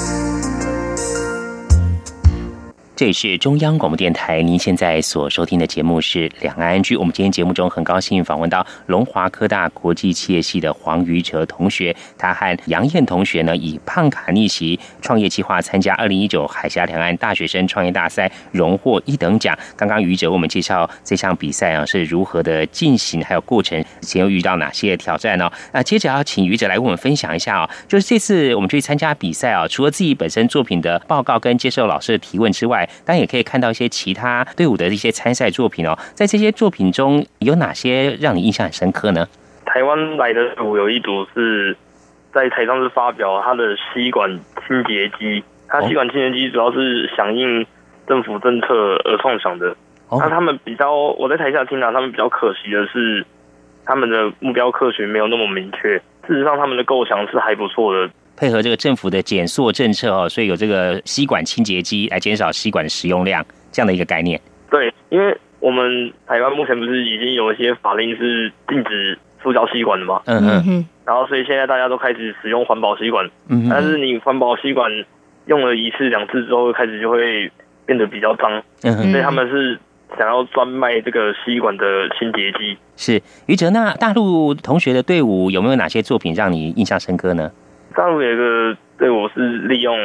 这里是中央广播电台，您现在所收听的节目是两岸安居。我们今天节目中很高兴访问到龙华科大国际企业系的黄于哲同学，他和杨燕同学呢以胖卡逆袭创业计划参加2019海峡两岸大学生创业大赛，荣获1等奖。刚刚于哲为我们介绍这项比赛啊是如何的进行，还有过程前又遇到哪些挑战呢？接着要请于哲来为我们分享一下就是这次我们去参加比赛除了自己本身作品的报告跟接受老师的提问之外，当然也可以看到一些其他队伍的一些参赛作品在这些作品中有哪些让你印象很深刻呢？ 台湾来的队伍有一组是在台上是发表他的吸管清洁机，他吸管清洁机主要是响应政府政策而创想的。那他们我在台下听他们比较可惜的是，他们的目标客群没有那么明确。事实上，他们的构想是还不错的。 配合这个政府的减塑政策所以有这个吸管清洁机来减少吸管的使用量，这样的一个概念。 对，因为我们台湾目前不是已经有一些法令是禁止塑胶吸管的嘛？然后所以现在大家都开始使用环保吸管。但是你环保吸管用了1次2次之后，开始就会变得比较脏。所以他们是想要专卖这个吸管的清洁机。 是于哲，那大陆同学的队伍有没有哪些作品让你印象深刻呢？ 大陆有一个队伍是利用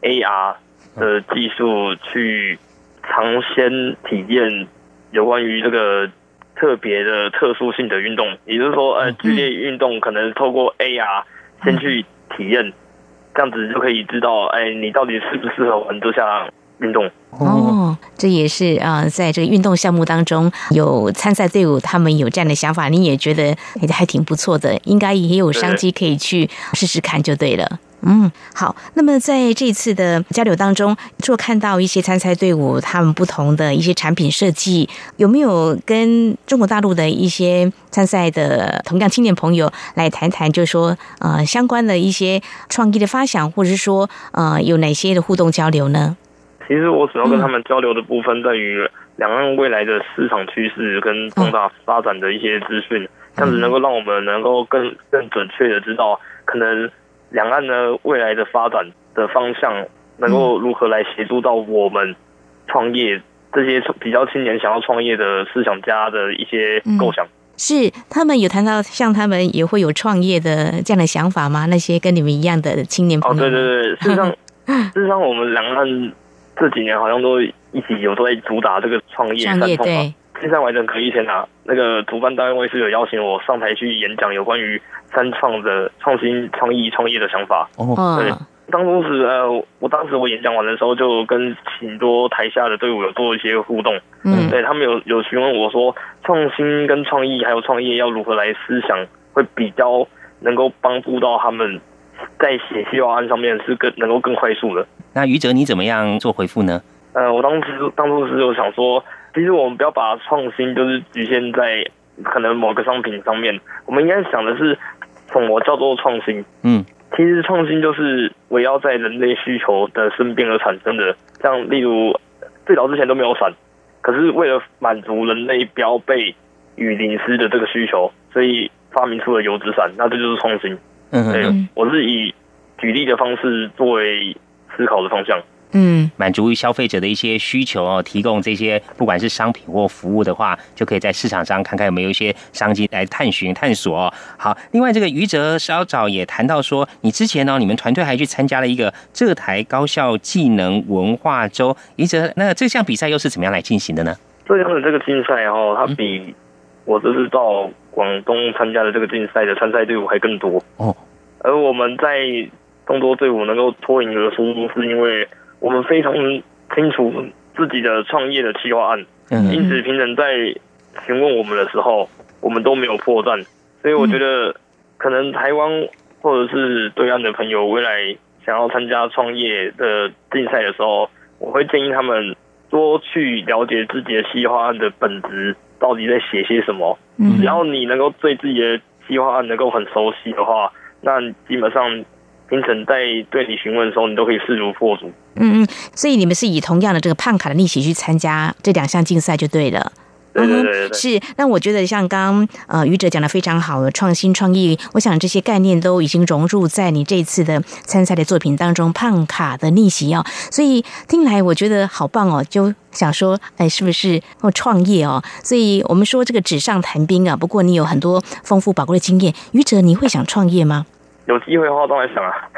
AR 的技术去尝鲜体验有关于这个特别的特殊性的运动，也就是说，剧烈运动可能透过 AR 先去体验，这样子就可以知道，你到底适不适合玩这项运动。 这也是在这个运动项目当中有参赛队伍，他们有这样的想法，你也觉得还挺不错的，应该也有商机可以去试试看就对了。好，那么在这次的交流当中，除了看到一些参赛队伍他们不同的一些产品设计，有没有跟中国大陆的一些参赛的同样青年朋友来谈谈，就是说相关的一些创意的发想，或者是说有哪些的互动交流呢？ 其实我主要跟他们交流的部分在于两岸未来的市场趋势跟重大发展的一些资讯，这样子能够让我们能够更准确的知道可能两岸呢未来的发展的方向能够如何来协助到我们创业这些比较青年想要创业的思想家的一些构想。 是他们有谈到像他们也会有创业的这样的想法吗？那些跟你们一样的青年朋友？ 对对对，事实上我们两岸这几年好像都一起有都在主打这个创业三创嘛。现在完整可以前那个主办单位是有邀请我上台去演讲有关于三创的创新、创意、创业的想法。对，我当时我演讲完的时候，就跟挺多台下的队伍有做一些互动。对，他们有询问我说，创新跟创意还有创业要如何来思想，会比较能够帮助到他们在写企划案上面是能够更快速的。 那于哲你怎么样做回复呢？ 我当初是有想说，其实我们不要把创新就是局限在可能某个商品上面，我们应该想的是什么叫做创新。其实创新就是围绕在人类需求的生变而产生的，像例如最早之前都没有伞，可是为了满足人类不要被雨淋湿的这个需求，所以发明出了油纸伞，那这就是创新。对，我是以举例的方式作为思考的方向。 满足于消费者的一些需求提供这些不管是商品或服务的话，就可以在市场上看看有没有一些商机来探索。好，另外这个于哲稍早也谈到说，你之前你们团队还去参加了一个浙台高校技能文化周。于哲，那这项比赛又是怎么样来进行的呢？ 这样的这个竞赛它比我这次到广东参加的这个竞赛的参赛队伍还更多。而我们在众多队伍能够脱颖而出，是因为我们非常清楚自己的创业的企划案，因此评审在询问我们的时候，我们都没有破绽。所以我觉得，可能台湾或者是对岸的朋友未来想要参加创业的竞赛的时候，我会建议他们多去了解自己的企划案的本质到底在写些什么。只要你能够对自己的企划案能够很熟悉的话，那基本上评审在对你询问的时候，你都可以势如破竹。 所以你们是以同样的这个胖卡的逆袭去参加这2项竞赛就对了。 对， 是。那我觉得像刚于哲讲的非常好的创新创意，我想这些概念都已经融入在你这次的参赛的作品当中，胖卡的逆袭所以听来我觉得好棒就想说是不是创业所以我们说这个纸上谈兵不过你有很多丰富宝贵的经验，于哲你会想创业吗？ 有机会的话当然想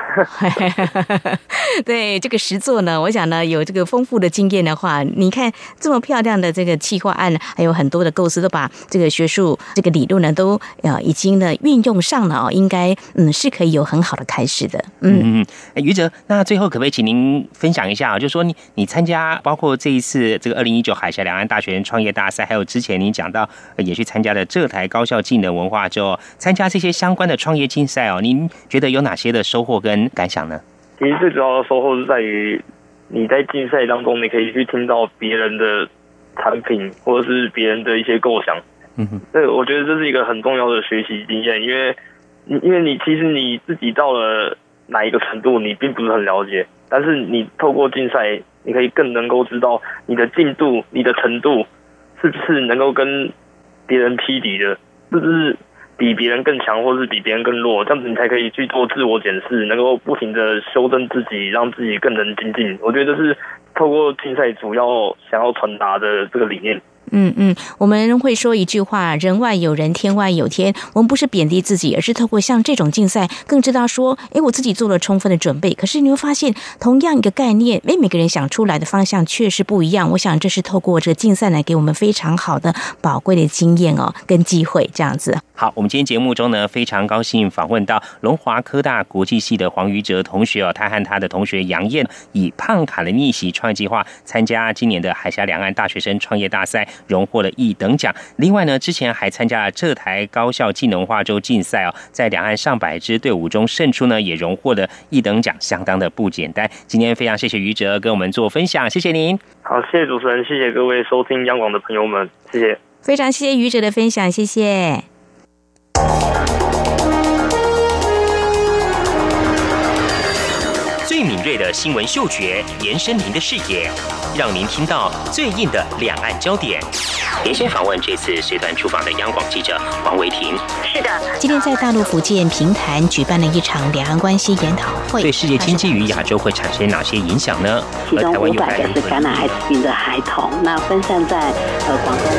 对这个实作呢，我想呢有这个丰富的经验的话，你看这么漂亮的这个企划案，还有很多的构思，都把这个学术这个理论呢都已经呢运用上了哦，应该是可以有很好的开始的。 于哲，那最后可不可以请您分享一下就是说你参加包括这一次这个2019海峡两岸大学生创业大赛，还有之前您讲到也去参加了浙台高校技能文化之后，参加这些相关的创业竞赛哦，您觉得有哪些的收获跟感想呢？ 其实最主要的收获是在于你在竞赛当中，你可以去听到别人的产品或者是别人的一些构想。对，我觉得这是一个很重要的学习经验，因为你其实你自己到了哪一个程度，你并不是很了解，但是你透过竞赛，你可以更能够知道你的进度、你的程度是不是能够跟别人匹敌的，是不是比别人更强，或是比别人更弱，这样子你才可以去做自我检视，能够不停的修正自己，让自己更能精进。我觉得这是透过竞赛主要想要传达的这个理念。 我们会说一句话，人外有人，天外有天。我们不是贬低自己，而是透过像这种竞赛，更知道说我自己做了充分的准备。可是你会发现同样一个概念，每个人想出来的方向确实不一样。我想这是透过这个竞赛来给我们非常好的宝贵的经验跟机会这样子。 好，我们今天节目中呢，非常高兴访问到龙华科大国际系的黄于哲同学他和他的同学杨燕以胖卡的逆袭创业计划参加今年的海峡两岸大学生创业大赛，荣获了1等奖。另外呢，之前还参加了浙台高校技能文化周竞赛在两岸上百支队伍中胜出呢，也荣获了1等奖，相当的不简单。今天非常谢谢于哲跟我们做分享，谢谢您。 好，谢谢主持人，谢谢各位收听央广的朋友们，谢谢。 非常谢谢于哲的分享，谢谢。 最敏锐的新闻嗅觉，延伸您的视野，让您听到最硬的两岸焦点。连线访问这次随团出访的央广记者黄维婷。 是的，今天在大陆福建平潭举办了一场两岸关系研讨会， 对世界经济与亚洲会产生哪些影响呢？ 其中500个是感染艾滋病的孩童，那分散在广东。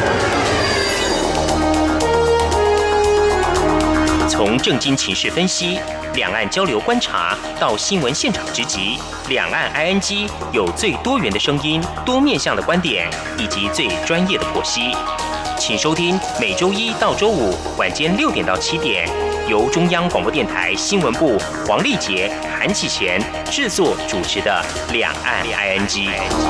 从政经情势分析、两岸交流观察到新闻现场直击，两岸 ING 有最多元的声音、多面向的观点以及最专业的剖析。请收听每周1到周5晚间6点到7点，由中央广播电台新闻部黄丽杰、韩启贤制作主持的《两岸 ING》。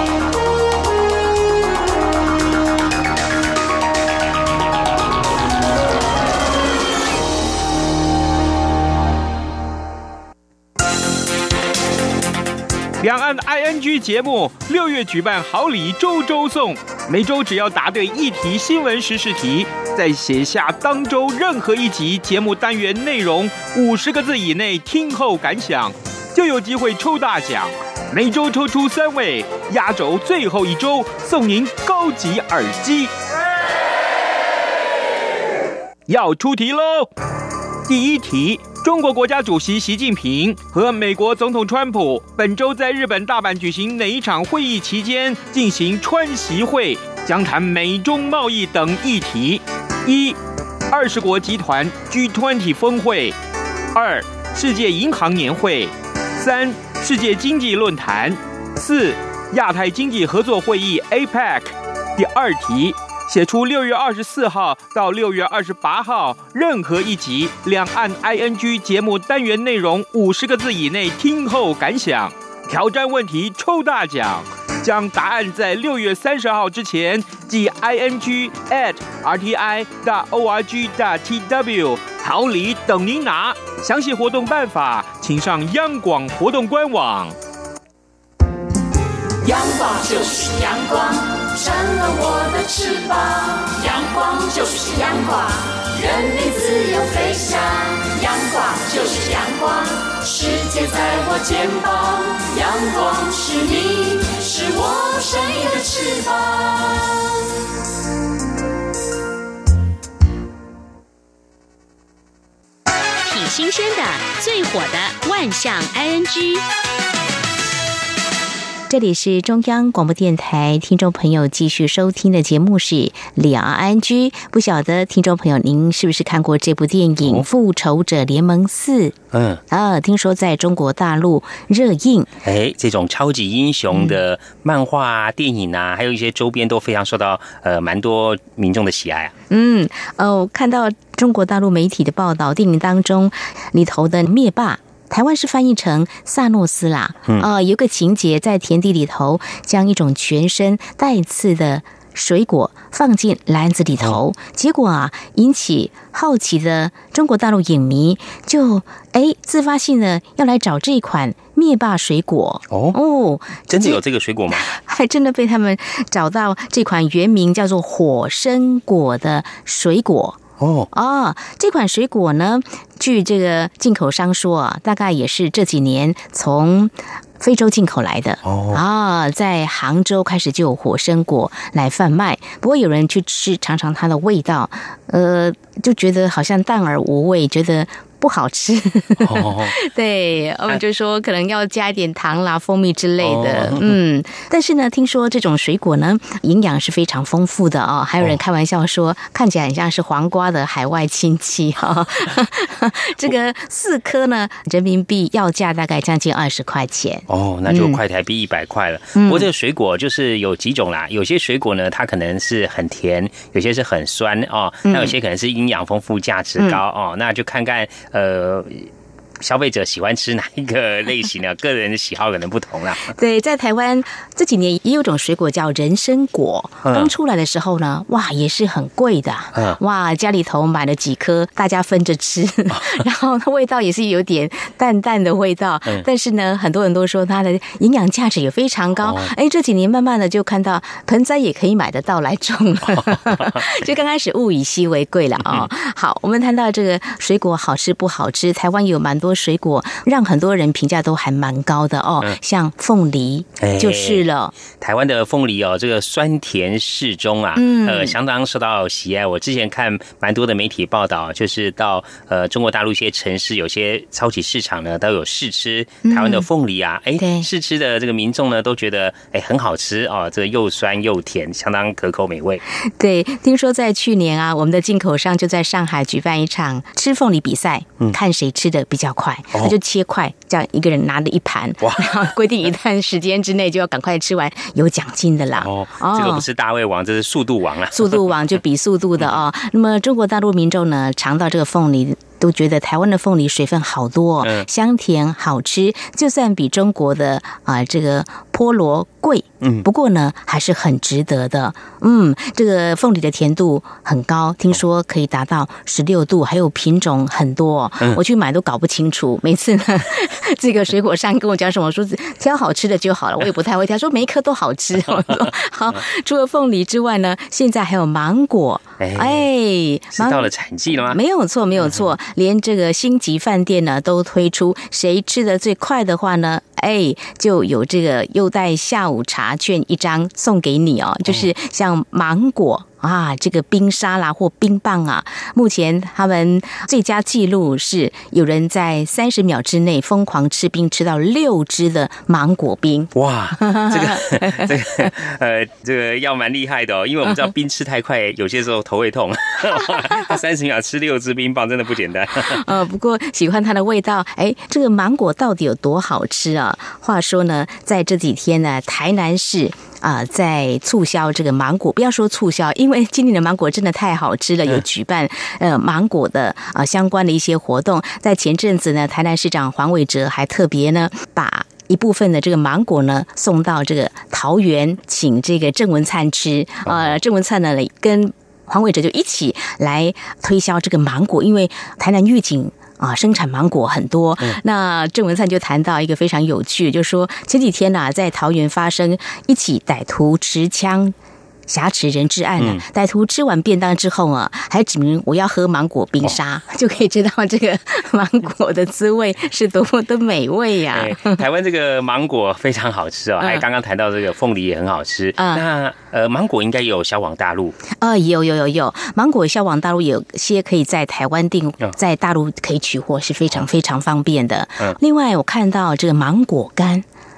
两岸 ING 节目6月举办好礼周周送，每周只要答对1题新闻时事题，再写下当周任何一集节目单元内容50个字以内听后感想，就有机会抽大奖。每周抽出3位，压轴最后一周送您高级耳机。要出题喽！第1题。中国国家主席习近平和美国总统川普本周在日本大阪举行哪一场会议期间进行川习会，将谈美中贸易等议题？1. 20国集团 G20 峰会， 2. 世界银行年会， 3. 世界经济论坛， 4. 亚太经济合作会议 APEC。 第2题，写出6月24号到6月28号任何一集两岸 ING 节目单元内容50个字以内听后感想，挑战问题抽大奖，将答案在6月30号之前寄 ing@rti.org.tw， 好礼等您拿。详细活动办法请上央广活动官网。 阳光就是阳光，扇了我的翅膀。阳光就是阳光，人民自由飞翔。阳光就是阳光，世界在我肩膀。阳光是你，是我生命的翅膀。 挺新鲜的，最火的万象 ING。 这里是中央广播电台，听众朋友继续收听的节目是两岸安居。不晓得听众朋友您是不是看过这部电影《复仇者联盟4》？听说在中国大陆热映。 这种超级英雄的漫画啊、电影啊，还有一些周边都非常受到蛮多民众的喜爱啊。 我看到中国大陆媒体的报道，电影当中里头的灭霸。台湾是翻译成萨诺斯啦，有个情节在田地里头，将一种全身带刺的水果放进篮子里头，结果啊，引起好奇的中国大陆影迷就自发性的要来找这款灭霸水果真的有这个水果吗？ 还真的被他们找到这款原名叫做火参果的水果。这款水果呢，据这个进口商说啊，大概也是这几年从非洲进口来的在杭州开始就有火参果来贩卖。不过有人去吃尝尝它的味道，就觉得好像淡而无味，觉得不好吃。对，我们就说可能要加一点糖啦、蜂蜜之类的。但是呢，听说这种水果呢，营养是非常丰富的还有人开玩笑说，看起来很像是黄瓜的海外亲戚这个4颗呢，人民币要价大概将近20块钱。 那就快台币100块了。不过这个水果就是有几种啦，有些水果呢，它可能是很甜，有些是很酸那有些可能是营养丰富、价值高那就看看消费者喜欢吃哪一个类型呢？个人的喜好可能不同啦。 对，在台湾这几年也有种水果叫人参果，刚出来的时候呢，哇，也是很贵的。哇，家里头买了几颗，大家分着吃，然后它味道也是有点淡淡的味道。但是呢，很多人都说它的营养价值也非常高。这几年慢慢的就看到盆栽也可以买得到来种了，就刚开始物以稀为贵了好，我们谈到这个水果好吃不好吃，台湾有蛮多水果让很多人评价都还蛮高的像凤梨就是了。 台湾的凤梨这个酸甜适中啊，相当受到喜爱。我之前看蛮多的媒体报道，就是到中国大陆一些城市，有些超级市场呢都有试吃台湾的凤梨啊，试吃的这个民众呢都觉得很好吃这个又酸又甜，相当可口美味。 对，听说在去年啊，我们的进口商就在上海举办一场吃凤梨比赛，看谁吃的比较快，他就切块，这样一个人拿了一盘，然后规定一段时间之内就要赶快吃完，有奖金的啦。 这个不是大胃王，这是速度王啊！ 速度王就比速度的那么中国大陆民众呢，尝到这个凤梨，都觉得台湾的凤梨水分好多香甜好吃，就算比中国的这个菠萝贵，不过呢还是很值得的。这个凤梨的甜度很高，听说可以达到16度，还有品种很多我去买都搞不清楚。每次呢，这个水果商跟我讲什么，我说挑好吃的就好了，我也不太会挑，说每一颗都好吃。我说好，除了凤梨之外呢，现在还有芒果。 是到了产季了吗？ 没有错，没有错。连这个星级饭店呢都推出，谁吃得最快的话呢，就有这个优待下午茶券1张送给你就是像芒果这个冰沙啦或冰棒啊，目前他们最佳记录是有人在30秒之内疯狂吃冰，吃到6支的芒果冰。 哇，这个要蛮厉害的因为我们知道冰吃太快，有些时候头会痛。他30秒吃6支冰棒真的不简单。 不过喜欢它的味道。这个芒果到底有多好吃啊？话说呢，在这几天呢，台南市在促销这个芒果，不要说促销，因为今年的芒果真的太好吃了，有举办芒果的相关的一些活动。在前阵子呢，台南市长黄伟哲还特别呢把一部分的这个芒果呢送到这个桃园，请这个郑文灿吃。郑文灿呢跟黄伟哲就一起来推销这个芒果，因为台南玉井生产芒果很多。那郑文灿就谈到一个非常有趣，就是说前几天在桃园发生一起歹徒持枪挟持人质案呢，歹徒吃完便当之后还指明我要喝芒果冰沙，就可以知道这个芒果的滋味是多么的美味呀。 台湾这个芒果非常好吃还刚刚谈到这个凤梨也很好吃。那芒果应该有销往大陆？有，芒果销往大陆，有些可以在台湾订，在大陆可以取货，是非常非常方便的。另外我看到这个芒果干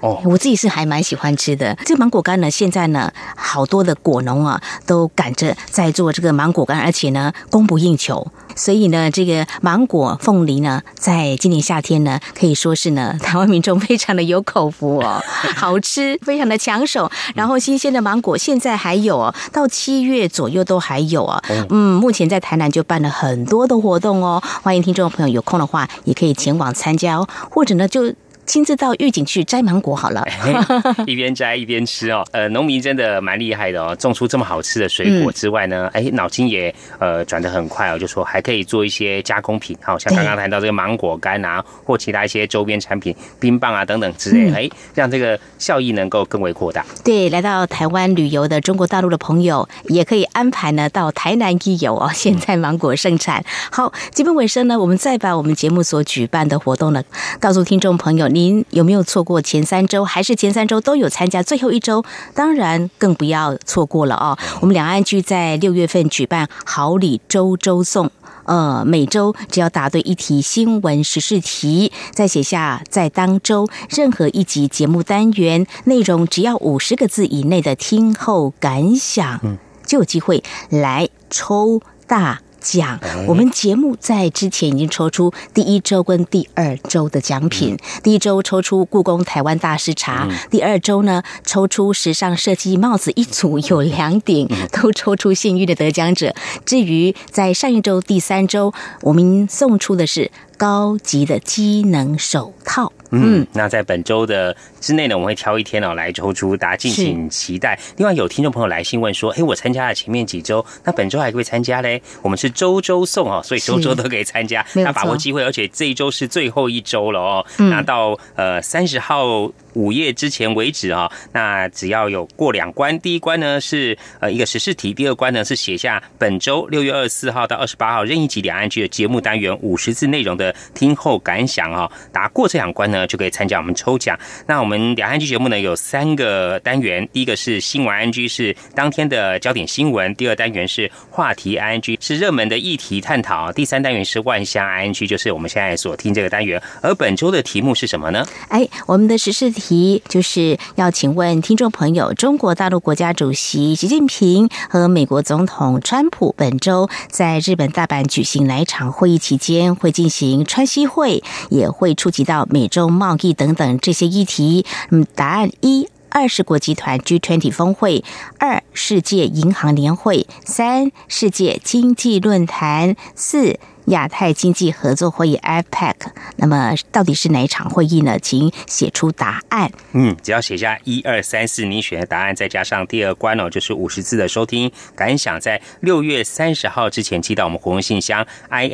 我自己是还蛮喜欢吃的。这个芒果干呢，现在呢，好多的果农啊，都赶着在做这个芒果干，而且呢，供不应求。所以呢，这个芒果、凤梨呢，在今年夏天呢，可以说是呢，台湾民众非常的有口福哦，好吃，非常的抢手。然后新鲜的芒果现在还有哦，到7月左右都还有啊。目前在台南就办了很多的活动哦，欢迎听众朋友有空的话，也可以前往参加哦，或者呢就亲自到玉井去摘芒果好了， 一边摘一边吃哦。农民真的蛮厉害的哦，种出这么好吃的水果之外呢，脑筋也转得很快哦，就说还可以做一些加工品，好像刚刚谈到这个芒果干啊，或其他一些周边产品、冰棒啊等等之类，让这个效益能够更为扩大。 对，来到台湾旅游的中国大陆的朋友，也可以安排呢到台南一游哦。现在芒果盛产。好，节目尾声呢，我们再把我们节目所举办的活动呢，告诉听众朋友。您有没有错过前3周，还是前3周都有参加最后1周？当然更不要错过了哦。我们两岸居在6月份举办好礼周周送，每周只要答对一题新闻时事题，再写下在当周任何一集节目单元内容只要50个字以内的听后感想，就有机会来抽大奖。我们节目在之前已经抽出第1周跟第2周的奖品。第1周抽出故宫台湾大师茶，第2周呢抽出时尚设计帽子一组有2顶，都抽出幸运的得奖者。至于在上一周第3周，我们送出的是高级的机能手套。 那在本周的之内呢，我们会挑一天来抽出，大家敬请期待。另外有听众朋友来信问说，我参加了前面几周，那本周还可以参加嘞？我们是周周送哦，所以周周都可以参加，那把握机会，而且这一周是最后1周了哦。那到30号午夜之前为止啊，那只要有过2关，第1关呢是一个时事题，第2关呢是写下本周6月24号到28号任意集两岸居的节目单元50字内容的听后感想啊，答过这2关呢就可以参加我们抽奖。那我们两岸居节目呢有3个单元，第一个是新闻ING，是当天的焦点新闻；第2单元是话题ING，是热门的议题探讨；第3单元是万象ING，就是我们现在所听这个单元。而本周的题目是什么呢？ 我们的时事题就是要请问听众朋友，中国大陆国家主席习近平和美国总统川普本周在日本大阪举行哪一场会议期间会进行川西会，也会触及到美洲贸易等等这些议题。答案1。20国集团 G20 峰会，2世界银行年会，3世界经济论坛，4亚太经济合作会议 APEC。 那么到底是哪一场会议呢？请写出答案。 只要写下1、2、3、4你选的答案，再加上第2关就是50字的收听感想，在6月30号之前寄到我们活动信箱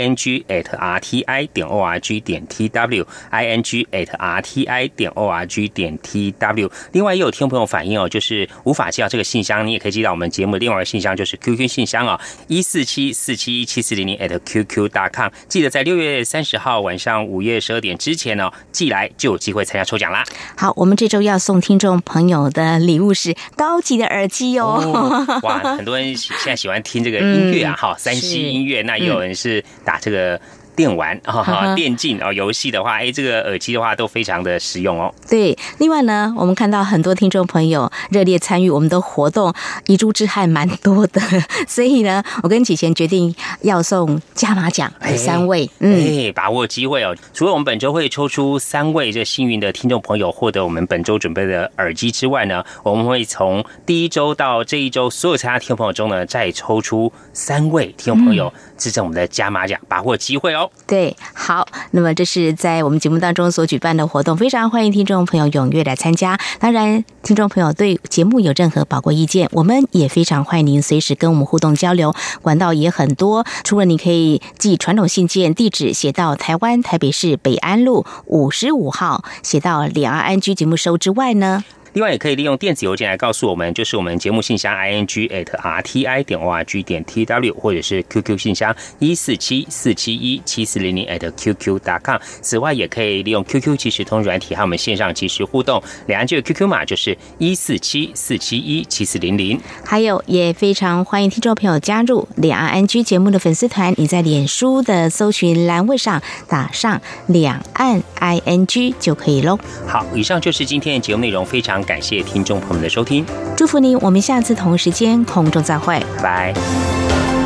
ing@rti.org.tw ing@rti.org.tw。 另外也有听众朋友反映就是无法寄到这个信箱，你也可以寄到我们节目的另外一个信箱，就是 QQ 信箱147471740@qq.com。记得在6月30号晚上午夜12点之前寄来就有机会参加抽奖啦。 好，我们这周要送听众朋友的礼物是高级的耳机哦。 哇，很多人现在喜欢听这个音乐啊，3C 音乐，那也有人是打这个电玩电竞游戏的话，这个耳机的话都非常的实用哦。 对，另外呢，我们看到很多听众朋友热烈参与我们的活动，遗珠之憾蛮多的，所以呢，我跟启贤决定要送加码奖给3位。 把握机会哦。除了我们本周会抽出3位这幸运的听众朋友获得我们本周准备的耳机之外呢，我们会从第1周到这一周所有参加听众朋友中呢，再抽出3位听众朋友支持我们的加码奖，把握机会哦。 对，好，那么这是在我们节目当中所举办的活动，非常欢迎听众朋友踊跃来参加。当然，听众朋友对节目有任何宝贵意见，我们也非常欢迎您随时跟我们互动交流，管道也很多。除了你可以寄传统信件，地址写到台湾台北市北安路55号，写到两岸安居节目收之外呢， 另外也可以利用电子邮件来告诉我们，就是我们节目信箱 ing@rti.org.tw 或者是 QQ 信箱147471700@qq.com。此外，也可以利用 QQ 即时通软体和我们线上即时互动。两岸居的 QQ 码就是14747177400。 还有，也非常欢迎听众朋友加入两岸安居节目的粉丝团。你在脸书的搜寻栏位上打上两岸 ING 就可以喽。 好，以上就是今天的节目内容，非常感谢听众朋友们的收听， 祝福你，我们下次同时间空中再会， 拜拜。